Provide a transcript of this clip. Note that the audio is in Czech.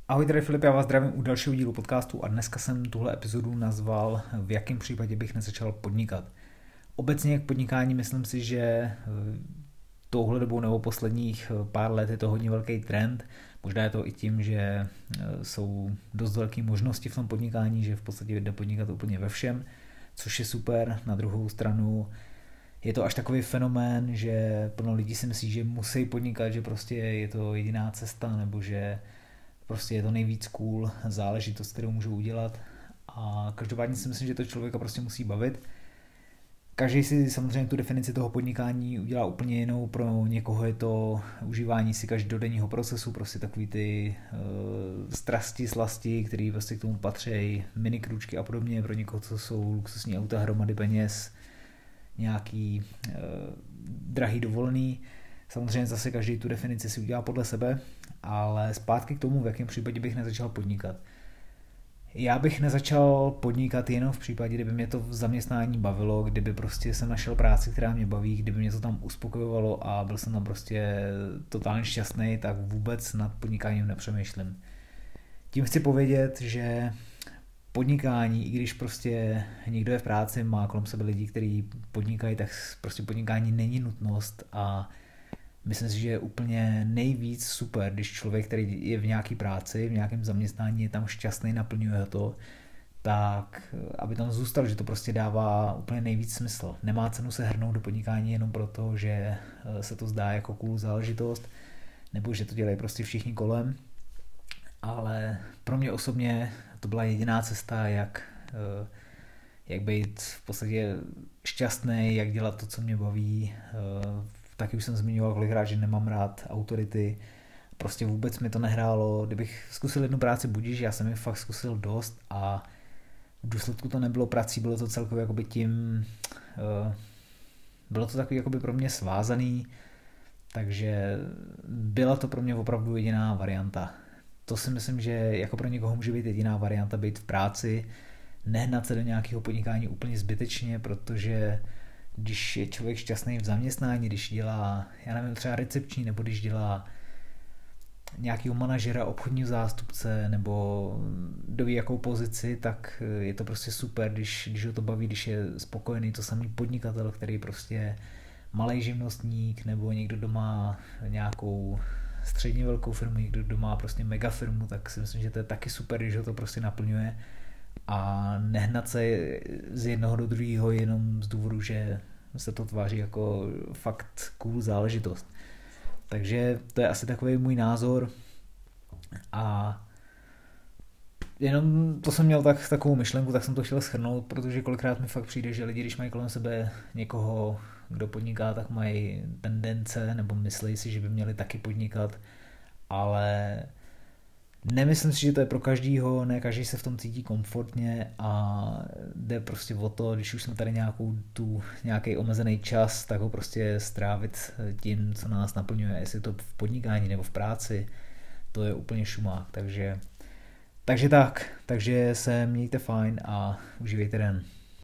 Ahoj, tady Filip, já vás zdravím u dalšího dílu podcastu a dneska jsem tuhle epizodu nazval V jakém případě bych nezačal podnikat. Obecně k podnikání myslím si, že touhle dobou nebo posledních pár let je to hodně velký trend. Možná je to i tím, že jsou dost velké možnosti v tom podnikání, že v podstatě jde podnikat úplně ve všem, což je super. Na druhou stranu je to až takový fenomén, že plno lidí si myslí, že musí podnikat, že prostě je to jediná cesta nebo že prostě je to nejvíc cool záležitost, kterou můžou udělat a každopádně si myslím, že to člověka prostě musí bavit. Každý si samozřejmě tu definici toho podnikání udělá úplně jinou, pro někoho je to užívání si každodenního procesu, prostě takový ty strasti, slasti, které prostě k tomu patří, mini krůčky a podobně, pro někoho to jsou luxusní auta, hromady peněz, nějaký drahý dovolený. Samozřejmě zase každý tu definici si udělá podle sebe, ale zpátky k tomu, v jakém případě bych nezačal podnikat. Já bych nezačal podnikat jenom v případě, kdyby mě to v zaměstnání bavilo, kdyby prostě jsem našel práci, která mě baví, kdyby mě to tam uspokojovalo a byl jsem tam prostě totálně šťastný, tak vůbec nad podnikáním nepřemýšlím. Tím chci povědět, že podnikání, i když prostě někdo je v práci, má kolem sebe lidi, kteří podnikají, tak prostě podnikání není nutnost a myslím si, že je úplně nejvíc super, když člověk, který je v nějaké práci, v nějakém zaměstnání, je tam šťastný, naplňuje to, tak aby tam zůstal, že to prostě dává úplně nejvíc smysl. Nemá cenu se hrnout do podnikání jenom proto, že se to zdá jako cool záležitost, nebo že to dělají prostě všichni kolem, ale pro mě osobně to byla jediná cesta, jak být v podstatě šťastný, jak dělat to, co mě baví. Taky už jsem zmiňoval kolikrát, že nemám rád autority, prostě vůbec mi to nehrálo. Kdybych zkusil jednu práci budíš, já jsem ji fakt zkusil dost a v důsledku to nebylo prací, bylo to celkově jakoby tím, bylo to takový jakoby pro mě svázaný, takže byla to pro mě opravdu jediná varianta. To si myslím, že jako pro někoho může být jediná varianta být v práci, nehnat se do nějakého podnikání úplně zbytečně, protože když je člověk šťastný v zaměstnání, když dělá, já nevím, třeba recepční, nebo když dělá nějakého manažera, obchodního zástupce, nebo kdo ví jakou pozici, tak je to prostě super, když ho to baví, když je spokojený, to samý podnikatel, který prostě malej živnostník, nebo někdo, kdo má nějakou středně velkou firmu, někdo, kdo má prostě mega firmu, tak si myslím, že to je taky super, když ho to prostě naplňuje a nehnat se z jednoho do druhého jenom z důvodu, že se to tváří jako fakt cool záležitost. Takže to je asi takový můj názor a jenom to jsem měl takovou myšlenku, tak jsem to chtěl shrnout, protože kolikrát mi fakt přijde, že lidi, když mají kolem sebe někoho, kdo podniká, tak mají tendence nebo myslí si, že by měli taky podnikat, ale nemyslím si, že to je pro každýho, ne každý se v tom cítí komfortně a jde prostě o to, když už jsme tady nějaký omezený čas, tak ho prostě strávit tím, co nás naplňuje, jestli to v podnikání nebo v práci, to je úplně šumák, takže se mějte fajn a užívejte den.